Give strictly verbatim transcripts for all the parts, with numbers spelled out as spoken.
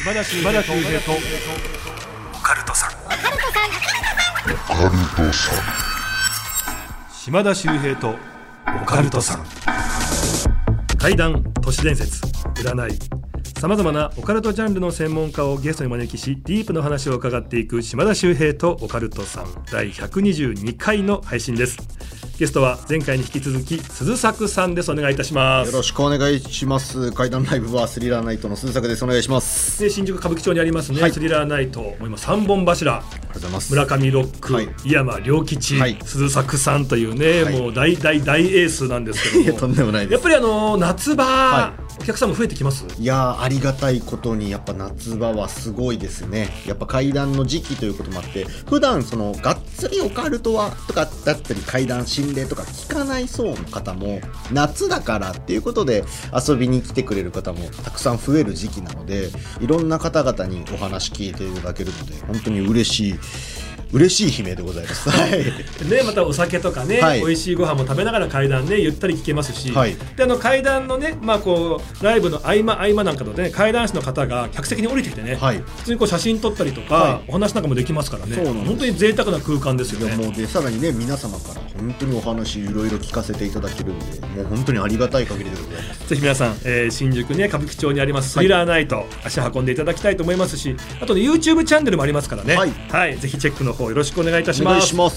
島田秀平とオカルトさん島田秀平とオカルトさん。怪談、都市伝説、占い、さまざまなオカルトジャンルの専門家をゲストに招きし、ディープの話を伺っていく島田秀平とオカルトさんだいひゃくにじゅうにかいの配信です。ゲストは前回に引き続き鈴作さんです。お願いいたします。 よろしくお願いします。怪談ライブバースリラーナイトの鈴作です。お願いします。 で新宿歌舞伎町にありますね、はい、スリラーナイト、もう今さんぼん柱、村上ロック、はい、井山良吉、はい、鈴作さんというね、はい、もう大大大エースなんですけども、いやとんでもないです。やっぱりあの夏場、はい、お客さんも増えてきます。 いやありがたいことにやっぱ夏場はすごいですね。やっぱ怪談の時期ということもあって、普段そのがっつりオカルトはとかだったり怪談心霊とか聞かない層の方も夏だからっていうことで遊びに来てくれる方もたくさん増える時期なので、いろんな方々にお話聞いていただけるので本当に嬉しい嬉しい悲鳴でございます、はい、 ね、またお酒とかね、はい、美味しいご飯も食べながら怪談ねゆったり聞けますし、はい、であの怪談のね、まあ、こうライブの合間合間なんかで、ね、怪談師の方が客席に降りてきてね、はい、普通にこう写真撮ったりとか、はい、お話なんかもできますからね。本当に贅沢な空間ですよね。 もうでさらにね皆様から本当にお話いろいろ聞かせていただけるので、もう本当にありがたい限りでございます。 ぜひ皆さん、えー、新宿ね歌舞伎町にありますスリラーナイト、はい、足運んでいただきたいと思いますし、あと、ね、YouTube チャンネルもありますからね、はいはい、ぜひチェックの方よろしくお願いいたします。 お願いします。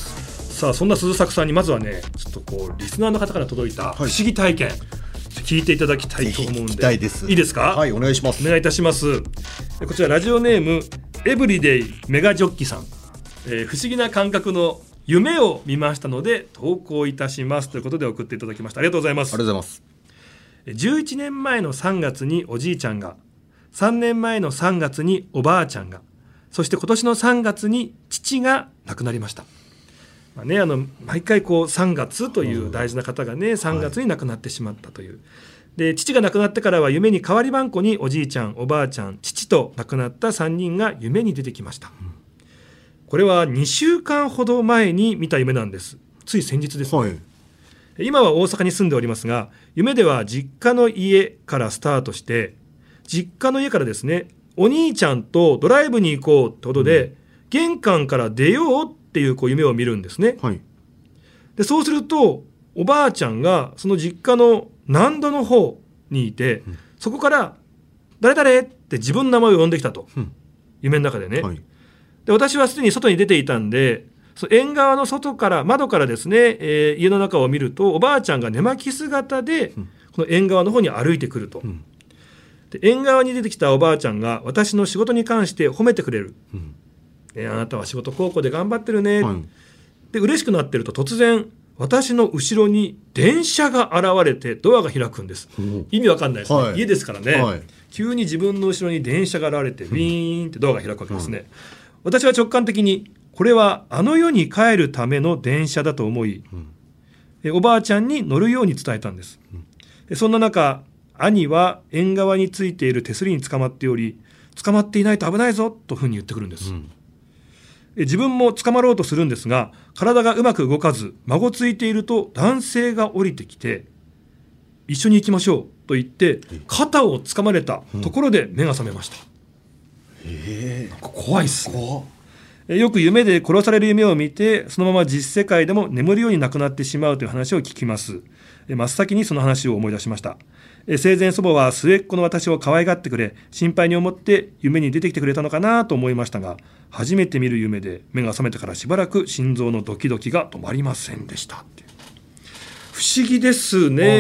さあそんな鈴作さんにまずはねちょっとこうリスナーの方から届いた不思議体験、はい、聞いていただきたいと思うんで、 聞きたいです。 いいですか。 はい、お願いします。 お願いいたします。こちらラジオネームエブリデイメガジョッキさん、えー、不思議な感覚の夢を見ましたので投稿いたしますということで送っていただきました。ありがとうございます。 ありがとうございます。 じゅういちねんまえのさんがつにおじいちゃんが、さんねんまえのさんがつにおばあちゃんが、そして今年のさんがつに父が亡くなりました。まあね、あの毎回こうさんがつという大事な方がね、うん、さんがつに亡くなってしまったという、はい、で父が亡くなってからは夢に代わりばんこにおじいちゃんおばあちゃん父と亡くなったさんにんが夢に出てきました、うん、これはにしゅうかんほど前に見た夢なんです。つい先日ですね、はい、今は大阪に住んでおりますが、夢では実家の家からスタートして、実家の家からですねお兄ちゃんとドライブに行こうってことで、うん、玄関から出ようっていう、こう夢を見るんですね、はい、でそうするとおばあちゃんがその実家の南戸の方にいて、うん、そこから誰々って自分の名前を呼んできたと、うん、夢の中でね、はい、で私はすでに外に出ていたんで、その縁側の外から窓からですね、えー、家の中を見るとおばあちゃんが寝巻き姿で、うん、この縁側の方に歩いてくると、うん、で縁側に出てきたおばあちゃんが私の仕事に関して褒めてくれる、うんえー、あなたは仕事高校で頑張ってるね、はい、で嬉しくなってると突然私の後ろに電車が現れてドアが開くんです、うん、意味わかんないですね、はい、家ですからね、はい、急に自分の後ろに電車が現れてウィーンってドアが開くわけですね、うん、私は直感的にこれはあの世に帰るための電車だと思い、うん、えおばあちゃんに乗るように伝えたんです、うん、でそんな中兄は縁側についている手すりに捕まっており、捕まっていないと危ないぞというふうに言ってくるんです、うん自分も捕まろうとするんですが、体がうまく動かず孫ついていると男性が降りてきて、一緒に行きましょうと言って肩を掴まれたところで目が覚めました、うん、えー、なんか怖いっすね。よく夢で殺される夢を見て、そのまま実世界でも眠るように亡くなってしまうという話を聞きます。真っ先にその話を思い出しました。生前祖母は末っ子の私を可愛がってくれ、心配に思って夢に出てきてくれたのかなと思いましたが、初めて見る夢で目が覚めてからしばらく心臓のドキドキが止まりませんでしたっていう。不思議ですね、はい、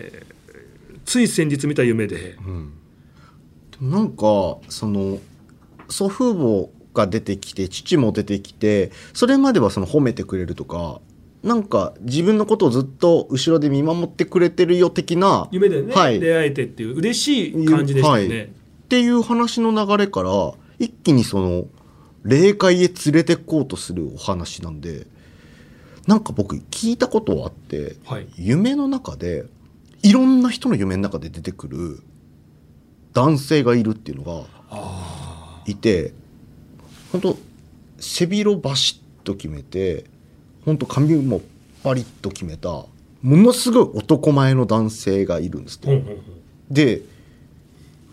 つい先日見た夢で、うん、 なんかその祖父母が出てきて父も出てきて、それまではその褒めてくれるとか、なんか自分のことをずっと後ろで見守ってくれてるよ的な夢でね、はい、出会えてっていう嬉しい感じでしたね、はい、 っていう話の流れから一気にその霊界へ連れてこうとするお話なんで、なんか僕聞いたことはあって、はい、夢の中でいろんな人の夢の中で出てくる男性がいるっていうのがいて、本当背広バシッと決めて、本当髪もパリッと決めたものすごい男前の男性がいるんですね、うんうんうん、で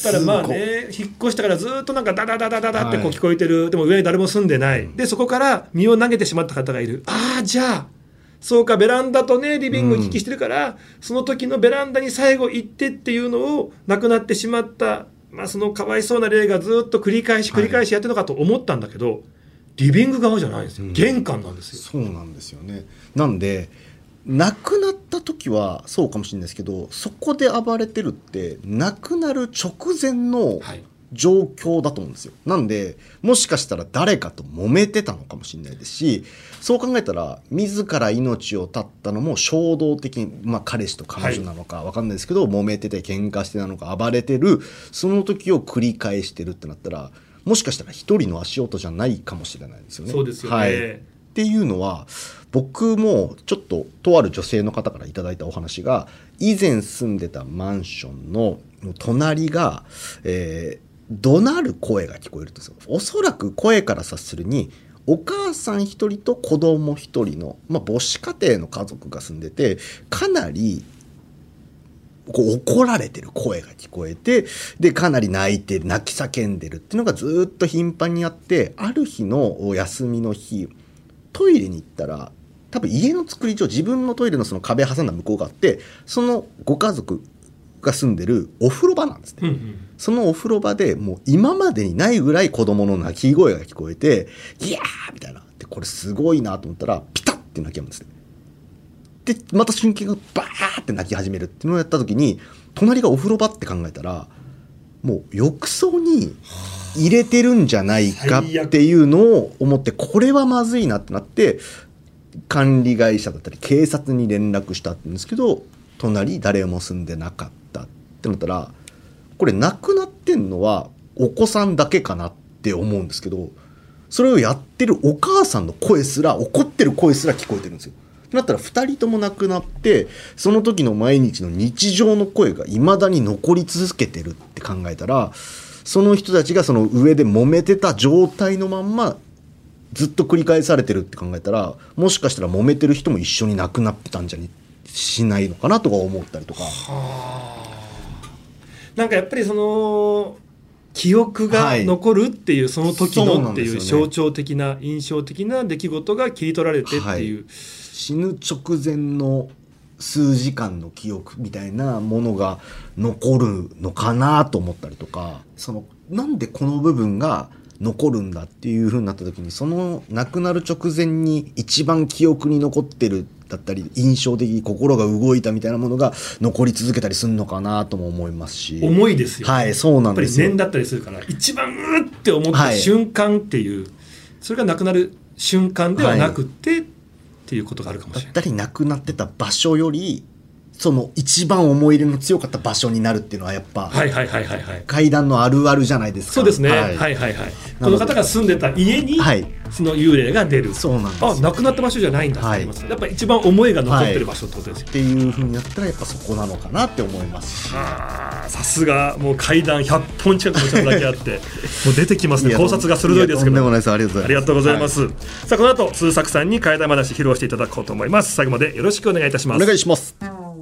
たらまあね引っ越したからずっとなんかダダダダダダってこう聞こえてる、はい、でも上に誰も住んでない、でそこから身を投げてしまった方がいる。ああじゃあそうかベランダとねリビング行き来してるから、うん、その時のベランダに最後行ってっていうのを亡くなってしまった、まあ、そのかわいそうな例がずっと繰り返し繰り返しやってるのかと思ったんだけど、はい、リビング側じゃないんですよ、うん、玄関なんですよ。 そうなんですよね。なんで亡くなった時はそうかもしれないですけど、そこで暴れてるって亡くなる直前の状況だと思うんですよ。なんでもしかしたら誰かと揉めてたのかもしれないですし、そう考えたら自ら命を絶ったのも衝動的に、まあ、彼氏と彼女なのか分かんないですけど、はい、揉めてて喧嘩してなのか暴れてるその時を繰り返してるってなったら、もしかしたら一人の足音じゃないかもしれないですよね。 そうですよね、 はい、っていうのは僕もちょっととある女性の方からいただいたお話が、以前住んでたマンションの隣が、えー、怒鳴る声が聞こえるんですよ。おそらく声から察するにお母さん一人と子供一人の、まあ、母子家庭の家族が住んでて、かなりこう怒られてる声が聞こえて、でかなり泣いて泣き叫んでるっていうのがずっと頻繁にあって、ある日の休みの日トイレに行ったら、多分家の作り上自分のトイレのその壁挟んだ向こうがあって、そのご家族が住んでるお風呂場なんですね、うんうん、そのお風呂場でもう今までにないぐらい子供の泣き声が聞こえて、ギャーみたいな、でこれすごいなと思ったらピタッって泣き止むんですね。でまた瞬間がバーって泣き始めるっていうのをやった時に、隣がお風呂場って考えたらもう浴槽に入れてるんじゃないかっていうのを思って、これはまずいなってなって管理会社だったり警察に連絡したんですけど、隣誰も住んでなかったってなったら、これ亡くなってんのはお子さんだけかなって思うんですけど、それをやってるお母さんの声すら、怒ってる声すら聞こえてるんですよ。ってなったらふたりとも亡くなって、その時の毎日の日常の声が未だに残り続けてるって考えたら、その人たちがその上で揉めてた状態のまんまずっと繰り返されてるって考えたら、もしかしたら揉めてる人も一緒に亡くなってたんじゃしないのかなとか思ったりとか。はなんかやっぱりその記憶が残るっていう、はい、その時のっていう象徴的な印象的な出来事が切り取られてっていう、はい、 死ぬ直前の数時間の記憶みたいなものが残るのかなと思ったりとか、そのなんでこの部分が残るんだっていう風になった時に、その亡くなる直前に一番記憶に残ってるだったり印象的に心が動いたみたいなものが残り続けたりするのかなとも思いますし、 重いですよね。 はい、そうなんですよ。 やっぱり念だったりするから、一番うって思った瞬間っていう、はい、それが亡くなる瞬間ではなくて、はい、っていうことがあるかもしれない。 だったり亡くなってた場所よりその一番思い入れの強かった場所になるっていうのはやっぱ怪談のあるあるじゃないですか。 そうですね、はい、はいはいはいこの方が住んでた家にその幽霊が出る、はい、 そうなんです。 あ、亡くなった場所じゃないんだって言います、はい、やっぱり一番思いが残ってる場所ってことですよ、 はい、っていう風になったらやっぱそこなのかなって思いますし、 はあ、さすがもう怪談ひゃっぽん近くのちだけあってもう出てきますね。考察が鋭いですけど、とんでもないです。ありがとうございます、はい、さあこの後鈴作さんに怪談話披露していただこうと思います。最後までよろしくお願いいたします。 お願いします。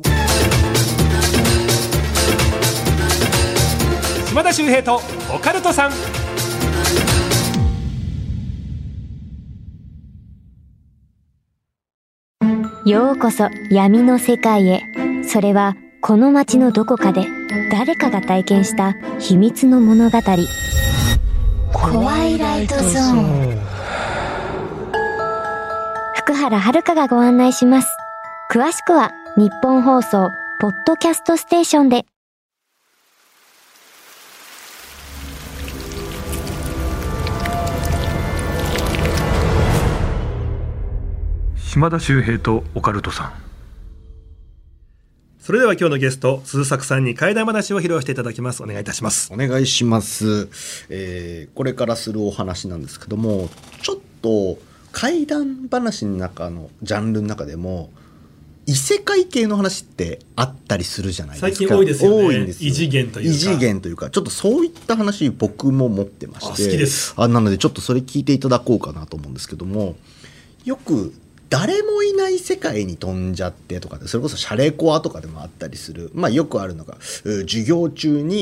島田秀平とオカルトさん。 ようこそ闇の世界へ。それはこの街のどこかで誰かが体験した秘密の物語。怖いライトゾーン。福原遥がご案内します。詳しくは日本放送ポッドキャストステーションで。 島田秀平とオカルトさん。それでは今日のゲスト鈴作さんに怪談話を披露していただきます。お願いいたします。 お願いします、えー、これからするお話なんですけども、ちょっと怪談話の中のジャンルの中でも異世界系の話ってあったりするじゃないですか。 最近多いですよね。 多いんですよ。 異次元というか異次元というかちょっとそういった話僕も持ってまして、 あ好きです。 あなのでちょっとそれ聞いていただこうかなと思うんですけども、よく誰もいない世界に飛んじゃってとかで、それこそシャレコアとかでもあったりする、まあよくあるのが授業中に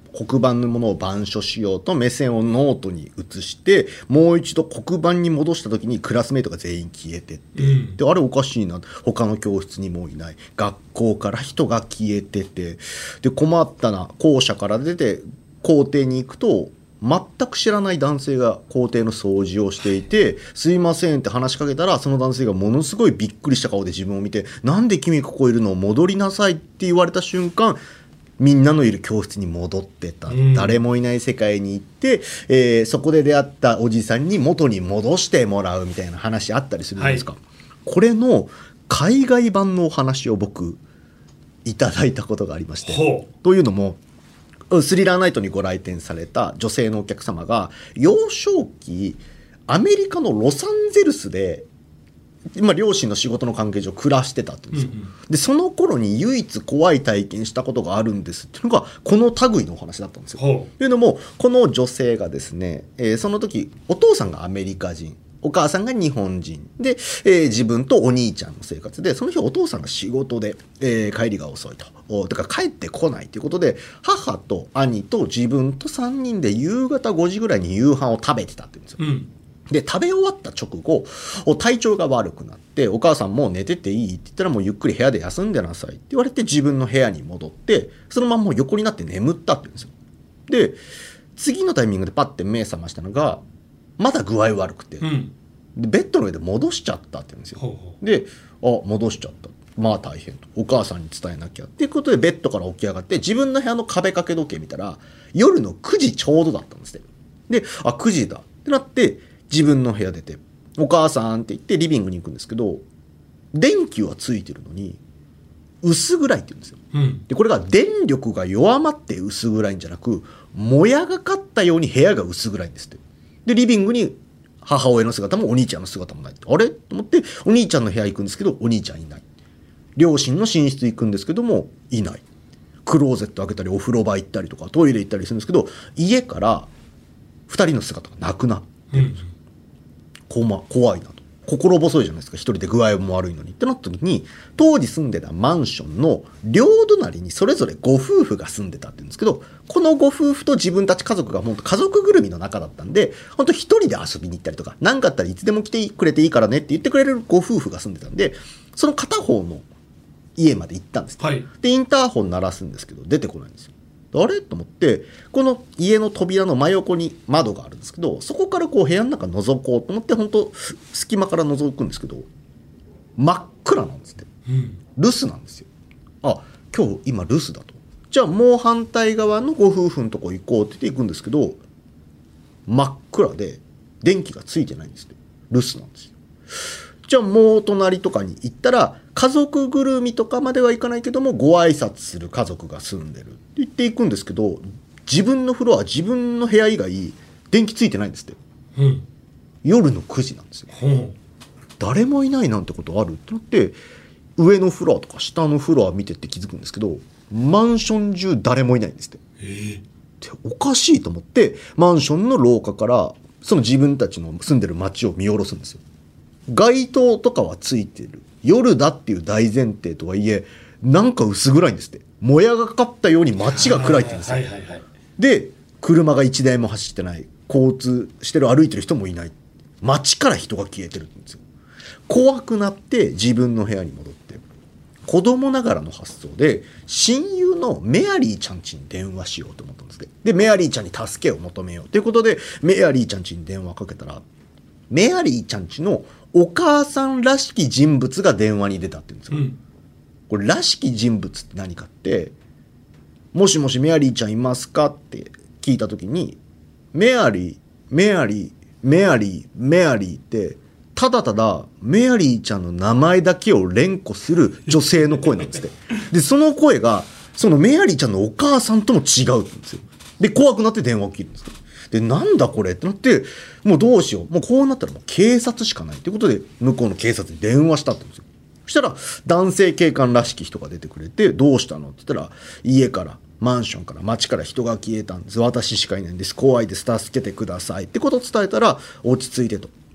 黒板のものを板書しようと目線をノートに移してもう一度黒板に戻した時にクラスメイトが全員消えてって、うん、であれおかしいな、他の教室にもいない、学校から人が消えてて、で困ったな、校舎から出て校庭に行くと全く知らない男性が校庭の掃除をしていて、すいませんって話しかけたら、その男性がものすごいびっくりした顔で自分を見て、なんで君ここいるの、戻りなさいって言われた瞬間、みんなのいる教室に戻ってた、うん、誰もいない世界に行って、えー、そこで出会ったおじさんに元に戻してもらうみたいな話あったりするんですか、はい、これの海外版のお話を僕いただいたことがありまして、というのもスリラーナイトにご来店された女性のお客様が幼少期アメリカのロサンゼルスで、まあ、両親の仕事の関係上暮らしてたって言うんですよ、うんうん、でその頃に唯一怖い体験したことがあるんですっていうのがこの類のお話だったんですよ。というのもこの女性がですね、えー、その時お父さんがアメリカ人、お母さんが日本人で、えー、自分とお兄ちゃんの生活で、その日お父さんが仕事で、えー、帰りが遅いと、だから帰ってこないということで、母と兄と自分とさんにんで夕方ごじぐらいに夕飯を食べてたって言うんですよ、うん、で食べ終わった直後体調が悪くなって、お母さんもう寝てていいって言ったら、もうゆっくり部屋で休んでなさいって言われて、自分の部屋に戻ってそのままもう横になって眠ったって言うんですよ。で次のタイミングでパッて目覚ましたのがまだ具合悪くて、うん、でベッドの上で戻しちゃったって言うんですよ。ほうほう。であ戻しちゃった、まあ大変と、お母さんに伝えなきゃっていうことでベッドから起き上がって自分の部屋の壁掛け時計見たら夜のくじちょうどだったんですね。であくじだってなって自分の部屋出てお母さんって言ってリビングに行くんですけど、電気はついてるのに薄暗いって言うんですよ、うん、でこれが電力が弱まって薄暗いんじゃなく、もやがかったように部屋が薄暗いんですって。でリビングに母親の姿もお兄ちゃんの姿もない。あれと思ってお兄ちゃんの部屋行くんですけどお兄ちゃんいない。両親の寝室行くんですけどもいない。クローゼット開けたりお風呂場行ったりとかトイレ行ったりするんですけど、家からふたりの姿がなくなってるんですよ、うん、怖いなと、心細いじゃないですか、一人で具合も悪いのにってなった時に、当時住んでたマンションの両隣にそれぞれご夫婦が住んでたって言うんですけど、このご夫婦と自分たち家族が本当家族ぐるみの中だったんで、本当一人で遊びに行ったりとか、何かあったらいつでも来てくれていいからねって言ってくれるご夫婦が住んでたんで、その片方の家まで行ったんです、はい、でインターホン鳴らすんですけど出てこないんですよ。あれと思ってこの家の扉の真横に窓があるんですけど、そこからこう部屋の中覗こうと思って本当隙間から覗くんですけど真っ暗なんですって、うん、留守なんですよ。あ今日今留守だと、じゃあもう反対側のご夫婦のとこ行こうって言って行くんですけど、真っ暗で電気がついてないんですって、留守なんですよ。じゃあもう隣とかに行ったら家族ぐるみとかまではいかないけどもご挨拶する家族が住んでるって言っていくんですけど、自分のフロア自分の部屋以外電気ついてないんですって、うん、夜のくじなんですよ、うん、誰もいないなんてことあるってなって、上のフロアとか下のフロア見てって気づくんですけど、マンション中誰もいないんですって。えー、でおかしいと思ってマンションの廊下からその自分たちの住んでる街を見下ろすんですよ。街灯とかはついてる、夜だっていう大前提とはいえなんか薄暗いんですって。もやがかったように街が暗いって言うんですよ、はいはいはい、で車が一台も走ってない、交通してる歩いてる人もいない、街から人が消えてるんですよ。怖くなって自分の部屋に戻って子供ながらの発想で親友のメアリーちゃん家に電話しようと思ったんですね。でメアリーちゃんに助けを求めようということでメアリーちゃん家に電話かけたら、メアリーちゃん家のお母さんらしき人物が電話に出たって言うんですよ、うん、これらしき人物って何かって、もしもしメアリーちゃんいますかって聞いた時にメアリーメアリーメアリーメアリーってただただメアリーちゃんの名前だけを連呼する女性の声なんですってでその声がそのメアリーちゃんのお母さんとも違うって言うんですよ。で怖くなって電話を切るんです。でなんだこれってなって、もうどうしよう、もうこうなったらもう警察しかないということで向こうの警察に電話したって言うんですよ。そしたら男性警官らしき人が出てくれて、どうしたのって言ったら、家からマンションから街から人が消えたんです、私しかいないんです、怖いです、助けてくださいってことを伝えたら、落ち着いてと、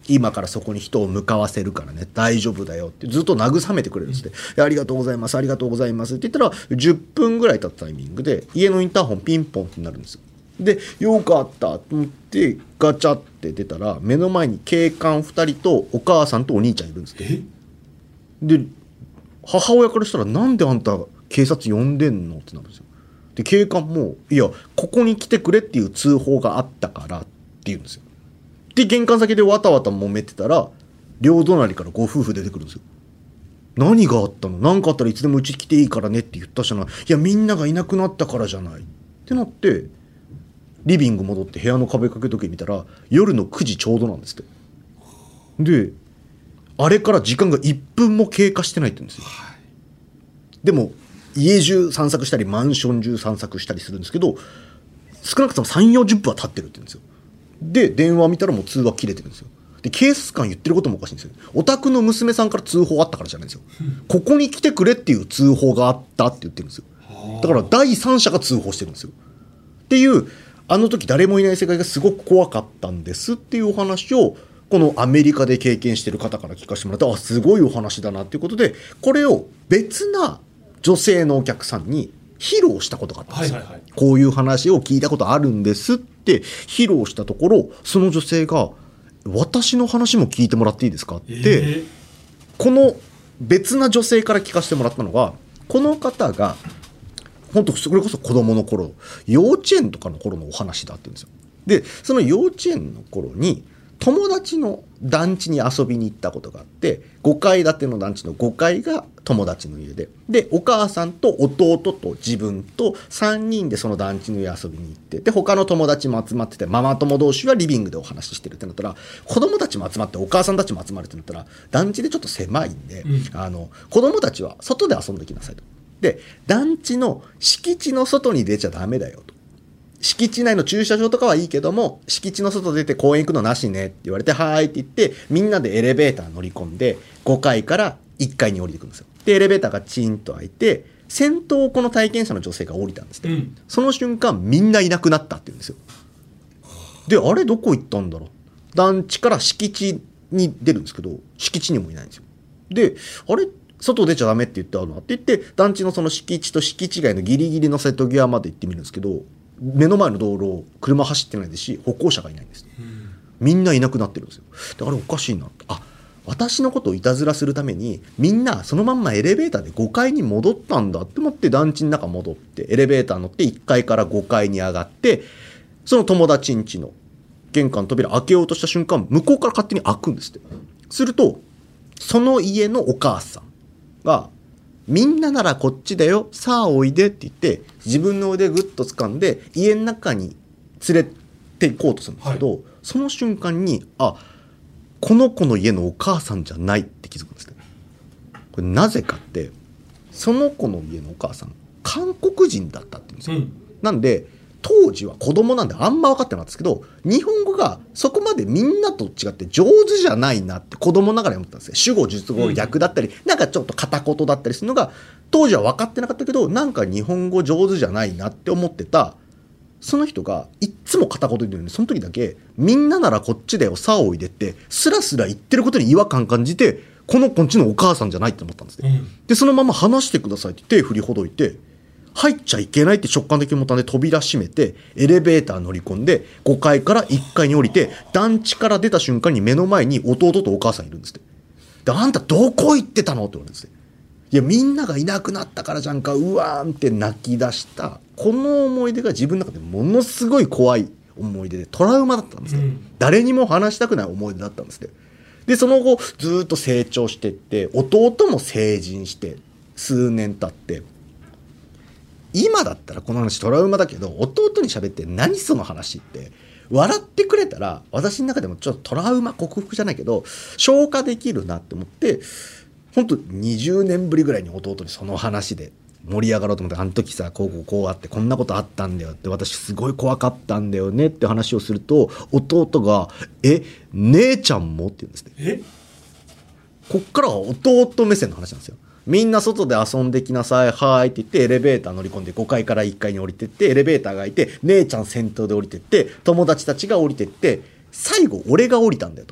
今からそこに人を向かわせるからね、大丈夫だよってずっと慰めてくれるんですって、うん、ありがとうございますありがとうございますって言ったらじゅっぷんぐらい経ったタイミングで家のインターホンピンポンってなるんですよ。でよかったと思ってガチャって出たら目の前に警官ふたりとお母さんとお兄ちゃんいるんですって。で母親からしたらなんであんた警察呼んでんのってなるんですよ。で警官もいやここに来てくれっていう通報があったからって言うんですよ。で玄関先でわたわた揉めてたら両隣からご夫婦出てくるんですよ。何があったの、何かあったらいつでもうち来ていいからねって言ったじゃない、いやみんながいなくなったからじゃないってなってリビング戻って部屋の壁掛け時計見たら夜のくじちょうどなんですって。であれから時間がいっぷんも経過してないって言うんですよ。でも家中散策したりマンション中散策したりするんですけど少なくともさんじゅうよじゅっぷんは経ってるって言うんですよ。で電話見たらもう通話切れてるんですよ。で警察官言ってることもおかしいんですよ。お宅の娘さんから通報あったからじゃないんですよ、うん、ここに来てくれっていう通報があったって言ってるんですよ。だから第三者が通報してるんですよっていう、あの時誰もいない世界がすごく怖かったんですっていうお話をこのアメリカで経験してる方から聞かせてもらって、あすごいお話だなっていうことでこれを別な女性のお客さんに披露したことがあったんですよ、はいはいはい、こういう話を聞いたことあるんですって披露したところその女性が私の話も聞いてもらっていいですかって、えー、この別な女性から聞かせてもらったのがこの方が本当それこそ子供の頃幼稚園とかの頃のお話だって言うんですよ。でその幼稚園の頃に友達の団地に遊びに行ったことがあってごかい建ての団地のごかいが友達の家ででお母さんと弟と自分とさんにんでその団地の家遊びに行ってで他の友達も集まっててママ友同士はリビングでお話ししてるってなったら子供たちも集まってお母さんたちも集まるってなったら団地でちょっと狭いんで、うん、あの子供たちは外で遊んできなさいと。で団地の敷地の外に出ちゃダメだよと。敷地内の駐車場とかはいいけども敷地の外出て公園行くのなしねって言われてはーいって言ってみんなでエレベーター乗り込んでごかいからいっかいに降りてくるんですよ。でエレベーターがチンと開いて先頭この体験者の女性が降りたんですね、うん、その瞬間みんないなくなったって言うんですよ。であれどこ行ったんだろう団地から敷地に出るんですけど敷地にもいないんですよ。であれ外出ちゃダメって言ってあるのって言って団地のその敷地と敷地外のギリギリの瀬戸際まで行ってみるんですけど目の前の道路を車走ってないですし歩行者がいないんです、うん、みんないなくなってるんですよ。であれおかしいなあ私のことをいたずらするためにみんなそのまんまエレベーターでごかいに戻ったんだって思って団地の中戻ってエレベーター乗っていっかいからごかいに上がってその友達ん家の玄関扉開けようとした瞬間向こうから勝手に開くんですって。するとその家のお母さんがみんなならこっちだよさあおいでって言って自分の腕ぐっと掴んで家の中に連れて行こうとするんですけど、はい、その瞬間にあこの子の家のお母さんじゃないって気づくんですね。これなぜかってその子の家のお母さん韓国人だったって言うんですよ、うん、なんで当時は子供なんであんま分かってなかったんですけど日本語がそこまでみんなと違って上手じゃないなって子供ながら思ったんですよ。主語述語逆だったり、うん、なんかちょっと片言だったりするのが当時は分かってなかったけどなんか日本語上手じゃないなって思ってたその人がいっつも片言で言うのにその時だけみんなならこっちだよさあおいでってスラスラ言ってることに違和感感じてこの子んちのお母さんじゃないって思ったんですね、うん、でそのまま話してくださいって手振りほどいて入っちゃいけないって直感的に思ったんで扉閉めてエレベーター乗り込んでごかいからいっかいに降りて団地から出た瞬間に目の前に弟とお母さんいるんですって。であんたどこ行ってたのって言われるんですね。いやみんながいなくなったからじゃんかうわーんって泣き出したこの思い出が自分の中でものすごい怖い思い出でトラウマだったんですね、うん、誰にも話したくない思い出だったんですね。でその後ずっと成長していって弟も成人して数年経って今だったらこの話トラウマだけど弟に喋って何その話って笑ってくれたら私の中でもちょっとトラウマ克服じゃないけど消化できるなって思って本当にじゅうねんぶりぐらいに弟にその話で盛り上がろうと思ってあの時さこうこうこうあってこんなことあったんだよって私すごい怖かったんだよねって話をすると弟がえ姉ちゃんもって言うんですね。えこっからは弟目線の話なんですよ。みんな外で遊んできなさいはいって言ってエレベーター乗り込んでごかいからいっかいに降りてってエレベーターが開いて姉ちゃん先頭で降りてって友達たちが降りてって最後俺が降りたんだよと。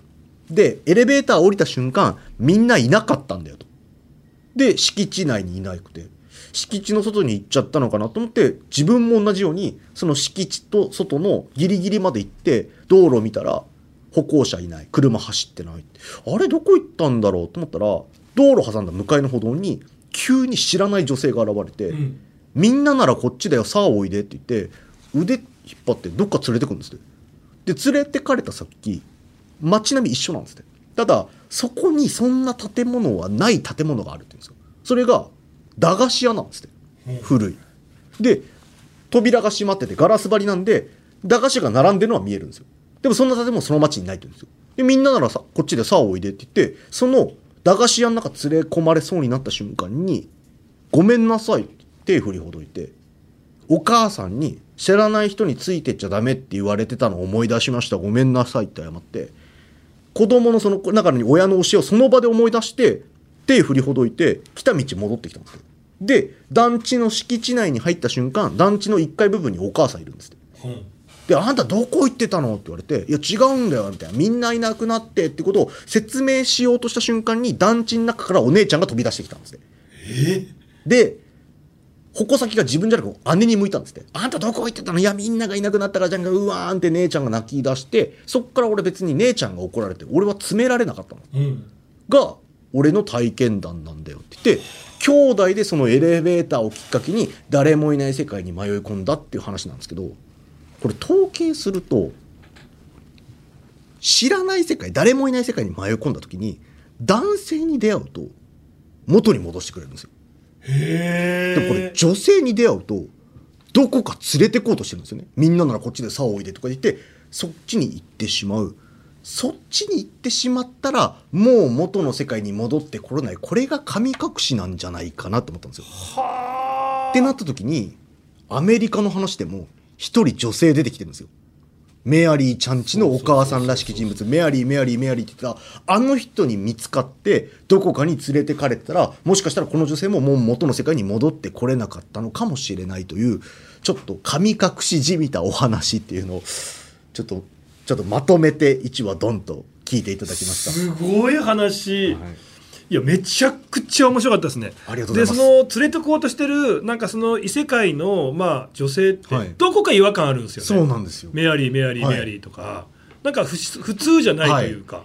でエレベーター降りた瞬間みんないなかったんだよと。で敷地内にいなくて敷地の外に行っちゃったのかなと思って自分も同じようにその敷地と外のギリギリまで行って道路を見たら歩行者いない車走ってないあれどこ行ったんだろうと思ったら道路挟んだ向かいの歩道に急に知らない女性が現れて、うん、みんなならこっちだよさあおいでって言って腕引っ張ってどっか連れてくんですって。で連れてかれた先街並み一緒なんですって。ただそこにそんな建物はない建物があるって言うんですよ。それが駄菓子屋なんですって、うん、古いで扉が閉まっててガラス張りなんで駄菓子が並んでるのは見えるんですよ。でもそんな建物その街にないって言うんですよ。でみんなならさこっちでさあおいでって言ってその駄菓子屋の中連れ込まれそうになった瞬間にごめんなさいって手振りほどいてお母さんに知らない人についてっちゃダメって言われてたのを思い出しましたごめんなさいって謝って子供のその中に親の教えをその場で思い出して手振りほどいて来た道戻ってきたんですよ。で団地の敷地内に入った瞬間団地のいっかい部分にお母さんいるんですって、うん、であんたどこ行ってたのって言われていや違うんだよみたいなみんないなくなってってことを説明しようとした瞬間に団地の中からお姉ちゃんが飛び出してきたんですね。 えで矛先が自分じゃなく姉に向いたんですって。あんたどこ行ってたのいやみんながいなくなったからじゃんかうわーんって姉ちゃんが泣き出してそっから俺別に姉ちゃんが怒られて俺は詰められなかったの、うん、が俺の体験談なんだよって言って兄弟でそのエレベーターをきっかけに誰もいない世界に迷い込んだっていう話なんですけどこれ統計すると知らない世界誰もいない世界に迷い込んだ時に男性に出会うと元に戻してくれるんですよ。 へでもこれ女性に出会うとどこか連れてこうとしてるんですよね。みんなならこっちでさあおいでとか言ってそっちに行ってしまう。そっちに行ってしまったらもう元の世界に戻ってこれないこれが神隠しなんじゃないかなと思ったんですよ。 はってなった時にアメリカの話でも一人女性出てきてるんですよ。メアリーちゃんちのお母さんらしき人物メアリーメアリーメアリーって言ってたあの人に見つかってどこかに連れてかれてたらもしかしたらこの女性ももう元の世界に戻ってこれなかったのかもしれないというちょっと神隠しじみたお話っていうのをちょっとちょっとまとめていちわドンと聞いていただきました。 すごい話、はい、いやめちゃくちゃ面白かったですね。 ありがとうございます。 でその連れてこうとしてるなんかその異世界の、まあ、女性ってどこか違和感あるんですよね、 はい、そうなんですよ。 メアリーメアリー、はい、メアリーとかなんか 普, 普通じゃないというか、はい、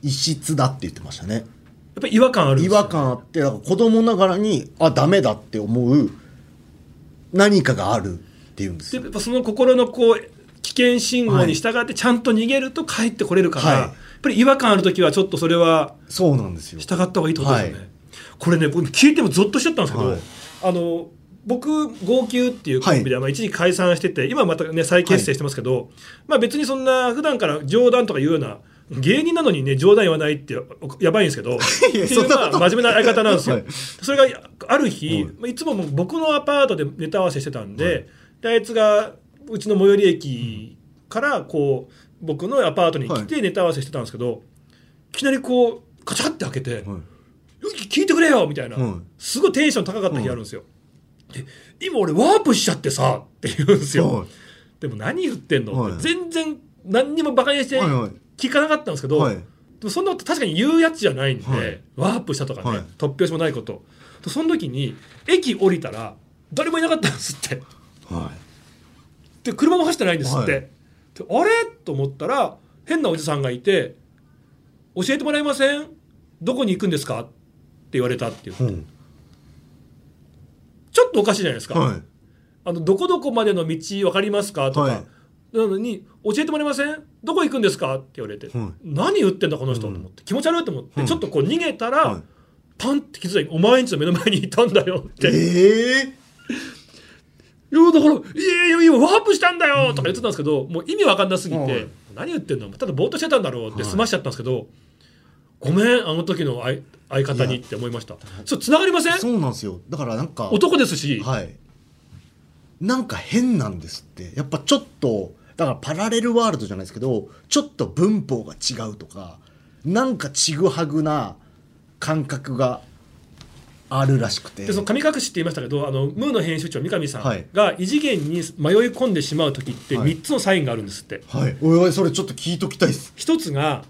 異質だって言ってましたね。やっぱり違和感あるんですよ、ね、 違和感あってだから子供ながらにあダメだって思う何かがあるっていうんですよ。 でやっぱその心のこう危険信号に従ってちゃんと逃げると帰ってこれるから、はい、やっぱり違和感あるときはちょっとそれはそうなんですよ従った方がいいってことですよね、はい、これね僕聞いてもゾッとしちゃったんですけど、はい、あの僕号泣っていうコンビで、はい、まあ、一時期解散してて今またね再結成してますけど、はい、まあ、別にそんな普段から冗談とか言うような芸人なのにね冗談言わないってやばいんですけどっていうまあ真面目な相方なんですよ、はい、それがある日、はい、いつも僕のアパートでネタ合わせしてたんで、はい、であいつがうちの最寄り駅からこう僕のアパートに来てネタ合わせしてたんですけど、はい、いきなりこうカチャって開けて、はい、聞いてくれよみたいな、はい、すごいテンション高かった日あるんですよ、はい、で今俺ワープしちゃってさって言うんですよ、はい、でも何言ってんの、はい、全然何にもバカにして聞かなかったんですけど、はい、でもそんなこと確かに言うやつじゃないんで、はい、ワープしたとかね、はい、突拍子もないことその時に駅降りたら誰もいなかったんですって、はい、で車も走ってないんですって、はい、あれと思ったら変なおじさんがいて教えてもらえませんどこに行くんですかって言われたっていう、うん、ちょっとおかしいじゃないですか、はい、あのどこどこまでの道分かりますかとか、はい、なのに教えてもらえませんどこ行くんですかって言われて、はい、何言ってんだこの人と思って、うん、気持ち悪いと思って、うん、ちょっとこう逃げたら、はい、パンって気づいてお前んちの目の前にいたんだよって、 えーいやだから「いやいやいやワープしたんだよ」とか言ってたんですけど、うん、もう意味わかんなすぎて、はい、何言ってんのただぼーっとしてたんだろうって済ましちゃったんですけど、はい、ごめんあの時の 相, 相方にって思いました。そうつながりません？ そうなんですよ。だからなんか男ですし、 はい、なんか変なんですってやっぱちょっとだからパラレルワールドじゃないですけどちょっと文法が違うとかなんかちぐはぐな感覚があるらしくてでその神隠しって言いましたけどあのムーの編集長三上さんが異次元に迷い込んでしまう時ってみっつのサインがあるんですって、 はいはい、おいおいそれちょっと聞いときたいです。 一つが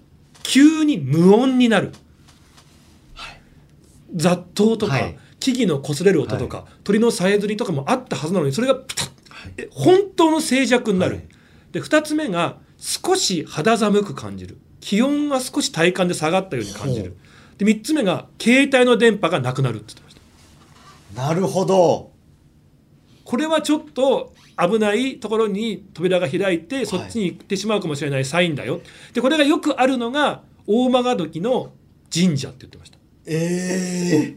急に無音になる、はい、雑踏とか、はい、木々の擦れる音とか、はい、鳥のさえずりとかもあったはずなのにそれがピタッ、はい、本当の静寂になる、はい、でふたつめが少し肌寒く感じる、気温が少し体感で下がったように感じる、でみっつめが携帯の電波がなくなるって言ってました。 なるほど。 これはちょっと危ないところに扉が開いてそっちに行ってしまうかもしれないサインだよ、はい、でこれがよくあるのが大曲時の神社って言ってました。 えー、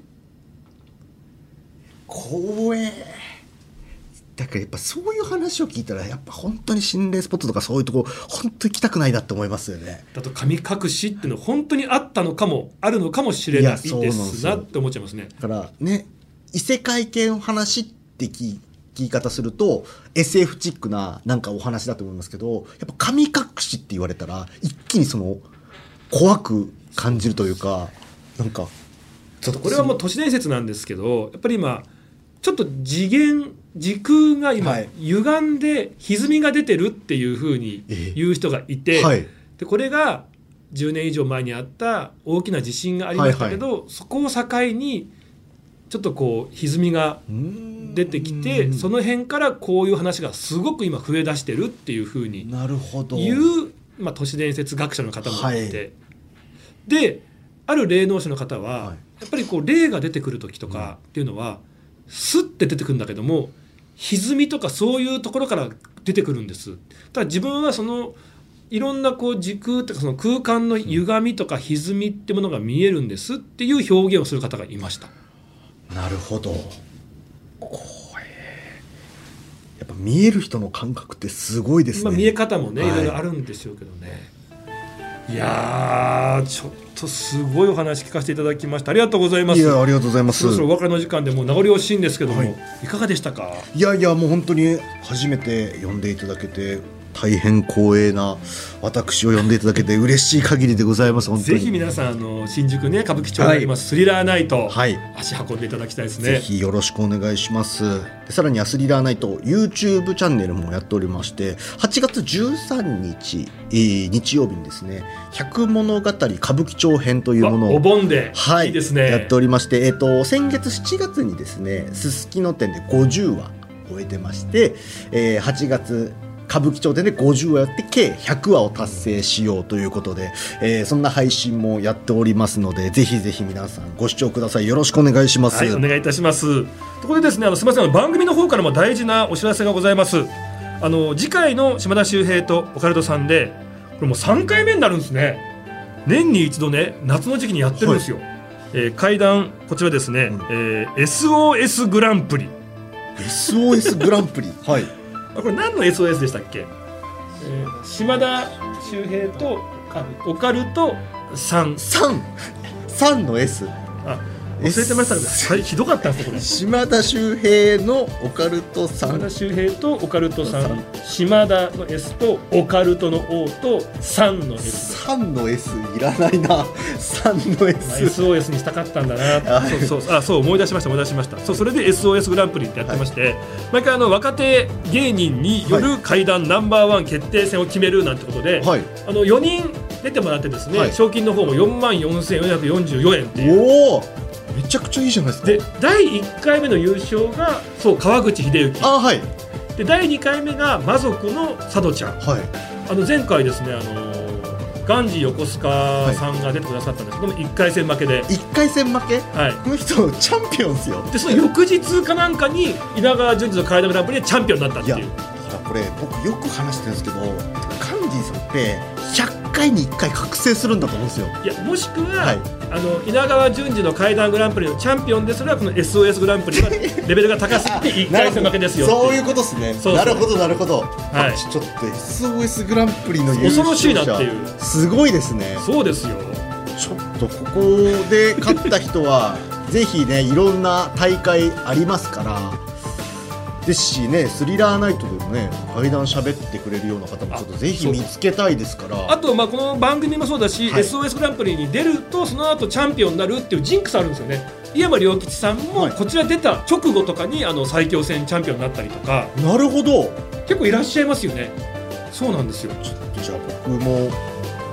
光栄だからやっぱそういう話を聞いたらやっぱ本当に心霊スポットとかそういうところ本当に行きたくないなって思いますよね。 だと神隠しっていうのは本当にあったのかもあるのかもしれないですなって思っちゃいますね。 だからね異世界系の話って聞き方すると エスエフ チックななんかお話だと思いますけど、やっぱ神隠しって言われたら一気にその怖く感じるというか、なんかちょっとこれはもう都市伝説なんですけど、やっぱり今ちょっと次元時空が今、はい、歪んで歪みが出てるっていう風に言う人がいて、えーはい、でこれがじゅうねん以上前にあった大きな地震がありましたけど、はいはい、そこを境にちょっとこう歪みが出てきて、その辺からこういう話がすごく今増え出してるっていう風に言う、まあ、都市伝説学者の方もいて、はい、である霊能者の方は、はい、やっぱりこう霊が出てくる時とかっていうのは、うん、スッて出てくるんだけども歪みとかそういうところから出てくるんです。ただ自分はそのいろんなこう時空とかその空間の歪みとか歪みってものが見えるんですっていう表現をする方がいました。 なるほど。こやっぱ見える人の感覚ってすごいですね。 まあ、見え方もね、はい、いろいろあるんでしょうけどね。いやーちょっとすごいお話聞かせていただきました。ありがとうございます。 いやありがとうございます。 そろそろお別れの時間でもう名残惜しいんですけども、はい、いかがでしたか。 いやいやもう本当に初めて呼んでいただけて大変光栄な私を呼んでいただけて嬉しい限りでございます。本当にぜひ皆さんあの新宿ね歌舞伎町にあります、はい、スリラーナイト、 はい、 足運んでいただきたいですね。 ぜひよろしくお願いします。でさらにはスリラーナイト YouTube チャンネルもやっておりまして、はちがつじゅうさんにち、えー、日曜日にですね百物語歌舞伎町編というものをお盆で、 はい、 いいですね、 やっておりまして、えー、と先月しちがつにですねすすきの店でごじゅうわ終えてまして、えー、はちがつ歌舞伎町店でごじゅうわやって計ひゃくわを達成しようということで、えー、そんな配信もやっておりますのでぜひぜひ皆さんご視聴ください。よろしくお願いします。 はい、お願いいたします。ところでですねあのすみません番組の方からも大事なお知らせがございます。あの次回の島田秀平とオカルトさんでこれもうさんかいめになるんですね。年に一度ね夏の時期にやってるんですよ、はい、えー、怪談こちらですね、うん、えー、エスオーエス グランプリエスオーエス グランプリはいこれ何の エスオーエス でしたっけ。えー、島田秀平とオカルトさんさんさんの S あ忘れてましたけど、はい、ひどかったんですよこれ。 島田秀平のオカルトさん島田秀平とオカルトさん島田の S とオカルトの O とさんの S さんの S いらないなさんの S、 エスオーエス にしたかったんだなそうそうあそう思い出しました思い出しましたそうそれで エスオーエス グランプリってやってまして、はい、毎回あの若手芸人による怪談ナンバーワン決定戦を決めるなんてことで、はい、あのよにん出てもらってですね、はい、賞金の方もよんまんよんせんよんひゃくよんじゅうよえんっていうおーめちゃくちゃいいじゃないですか。 でだいいっかいめの優勝がそう川口秀幸。 あ、はい、 でだいにかいめが魔族の佐渡ちゃん、はい、あの前回ですねあのガンジー横須賀さんが出てくださったんですけども、はい、いっかい戦負けでいっかい戦負け、 はい、 この人チャンピオンですよ。 でその翌日かなんかに稲川淳二の怪談グランプリでチャンピオンになったっていう。いやほらこれ僕よく話してるんですけどガンジーさんってひゃっかいにいっかい覚醒するんだと思うんですよ。 いやもしくは、はい、あの稲川淳二の怪談グランプリのチャンピオンですらこの エスオーエス グランプリはレベルが高すぎていっかい戦負けですよそういうことですね。そうそうなるほどなるほど、はい、ちょっと エスオーエス グランプリの優勝者恐ろしいなっていうすごいですね。 そうですよ。 ちょっとここで勝った人はぜひねいろんな大会ありますからですしね、スリラーナイトでもね怪談喋ってくれるような方もちょっとぜひ見つけたいですから。 あとまあこの番組もそうだし、はい、エスオーエス グランプリに出るとその後チャンピオンになるっていうジンクスあるんですよね。井山良吉さんもこちら出た直後とかにあの最強戦チャンピオンになったりとか。 なるほど。 結構いらっしゃいますよね。そうなんですよ。 ちょっとじゃあ僕もちょっと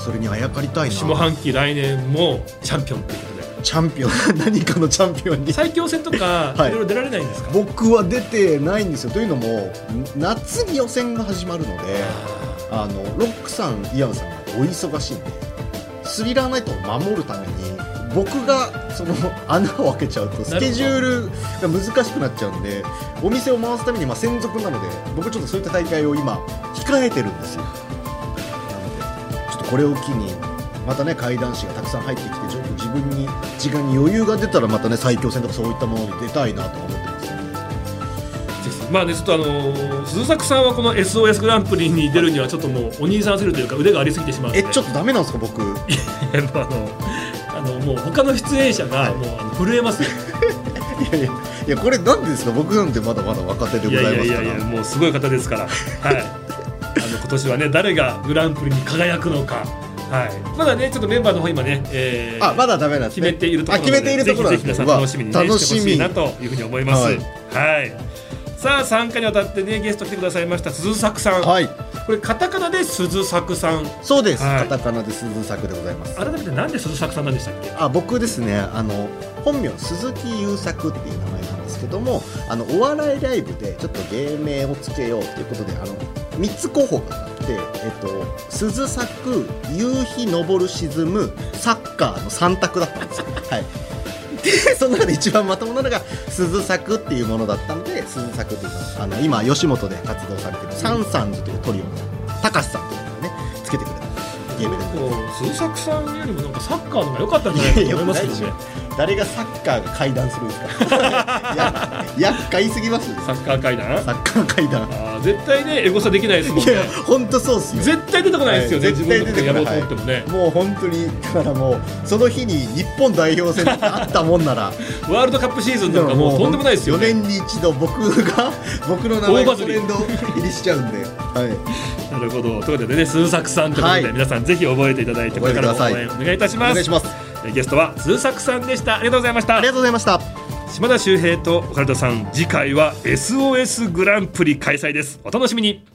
それにあやかりたいな。 下半期来年もチャンピオンということで、 チャンピオン何かのチャンピオンに最強戦とか、はい、いろいろ出られないんですか？ 僕は出てないんですよ。というのも夏に予選が始まるので、あのロックさん、イアンさんがお忙しいんで、スリラーナイトを守るために僕がその穴を開けちゃうとスケジュールが難しくなっちゃうんで、お店を回すためにまあ専属なので、僕ちょっとそういった大会を今控えてるんですよ。なのでちょっとこれを機にまたね、怪談師がたくさん入ってきて、ちょっと自分に時間に余裕が出たらまたね、最強戦とかそういったものに出たいなと思ってますね。 まあね、ちょっとあのー、鈴作さんはこの エスオーエス グランプリに出るにはちょっともうお兄さんするというか腕がありすぎてしまうので。 え、ちょっとダメなんですか僕？いや、あのあのもう他の出演者がもうあの震えますよ。 いやいやいや、これなんでですか？僕なんてまだまだ若手でございますから。 いやいやいやいや、もうすごい方ですから。はい。あの今年はね、誰がグランプリに輝くのか。はい、まだねちょっとメンバーの方今ね、えー、 あまだダメなんですね。 決めているところなので、 決めているところなんですね。 ぜひぜひ皆さん楽しみに、ね、してほしいなというふうに思います。はい、はい、さあさんかいにわたってねゲスト来てくださいました鈴作さん、はい、これカタカナで鈴作さん。 そうです、はい、カタカナで鈴作でございます。 改めてなんで鈴作さんなんでしたっけ？ あ、僕ですね、あの本名鈴木優作っていう名前なんですけども、あのお笑いライブでちょっと芸名をつけようということで、あのみっつ候補があって、えっと、鈴作、夕日昇る沈む、サッカーのさん択だったんですよ。はい、でその中で一番まともなのが鈴作っていうものだったので、鈴作というか、あの今吉本で活動されているサンサンズというトリオの高橋さんというのがねつけてくれたゲームで、 鈴作さんよりもなんかサッカーの方が良かったんじゃないかと思いますけどね。 誰がサッカーが階段するんですか？や厄介すぎます。 サッカー階段？ サッカー階段。 あ、絶対ねエゴサできないですもんね。いや本当そうっすよ。 絶対出てこないですよね。はい、絶対出てこない。自分のことやろうと思ってもね。 はい、もう本当にだからもうその日に日本代表戦があったもんならワールドカップシーズンとかもうとんでもないですよね。 よねんに一度僕が僕の名前がトレンド入りしちゃうんで。はい。 なるほど。ということでね、鈴作さんということで、はい、皆さんぜひ覚えていただいて、これからも応援お願いいたします。お願いします。ゲストは鈴作さんでした。ありがとうございました。 ありがとうございました。 島田秀平と岡田さん、次回は エスオーエス グランプリ開催です。お楽しみに。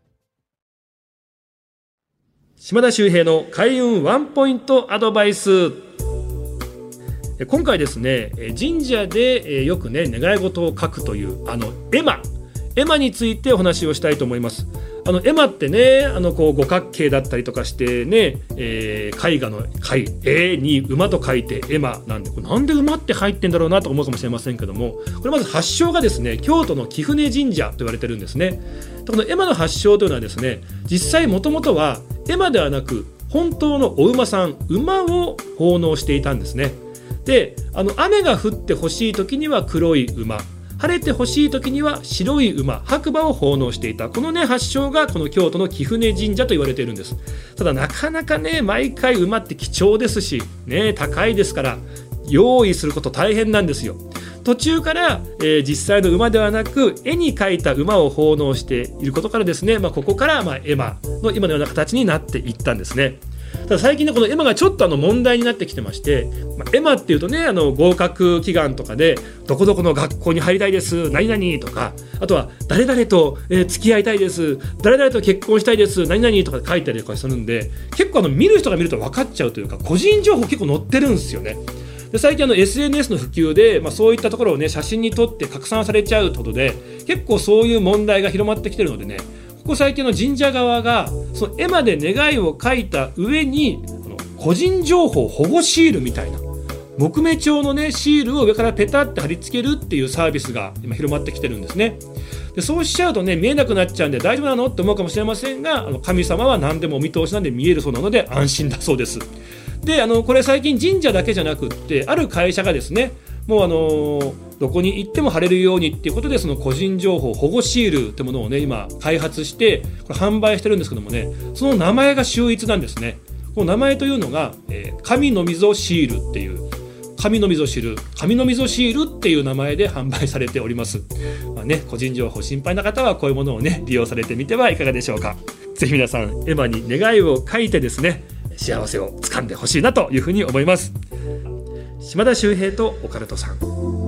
島田秀平の開運ワンポイントアドバイス。今回ですね、神社でよくね願い事を書くというあの絵馬絵馬についてお話をしたいと思います。あの絵馬ってね、あのこう五角形だったりとかしてね、えー、絵画の絵絵に馬と書いて絵馬なんで、これなんで馬って入ってんだろうなと思うかもしれませんけども、これまず発祥がですね京都の貴船神社と言われてるんですね。この絵馬の発祥というのはですね、実際もともとは絵馬ではなく本当のお馬さん馬を奉納していたんですね。で、あの雨が降ってほしい時には黒い馬、晴れてほしい時には白い馬白馬を奉納していた。このね発祥がこの京都の貴船神社と言われているんです。ただなかなかね毎回馬って貴重ですしね、高いですから用意すること大変なんですよ。途中から、えー、実際の馬ではなく絵に描いた馬を奉納していることからですね、まあ、ここから、まあ、絵馬の今のような形になっていったんですね。ただ最近ねこの絵馬がちょっとあの問題になってきてまして、まあ、絵馬っていうとね、あの合格祈願とかでどこどこの学校に入りたいです何々とか、あとは誰々と、えー、付き合いたいです誰々と結婚したいです何々とか書いたりとかするんで、結構あの見る人が見ると分かっちゃうというか個人情報結構載ってるんですよね。で最近あの エスエヌエス の普及で、まあ、そういったところをね写真に撮って拡散されちゃうということで、結構そういう問題が広まってきてるのでね、ここ最近の神社側がその絵馬で願いを書いた上にあの個人情報保護シールみたいな木目調のねシールを上からペタって貼り付けるっていうサービスが今広まってきてるんですね。でそうしちゃうとね見えなくなっちゃうんで大丈夫なのって思うかもしれませんが、あの神様は何でもお見通しなんで見えるそうなので安心だそうです。であのこれ最近神社だけじゃなくってある会社がですね、もうあのー、どこに行っても貼れるようにっていうことで、その個人情報保護シールってものをね今開発してこれ販売してるんですけどもね、その名前が秀逸なんですね。この名前というのが、えー、神の溝シールっていう神の溝シール神の溝シールっていう名前で販売されております。まあね、個人情報心配な方はこういうものをね利用されてみてはいかがでしょうか。ぜひ皆さん絵馬に願いを書いてですね、幸せをつかんでほしいなというふうに思います。島田秀平とオカルトさん。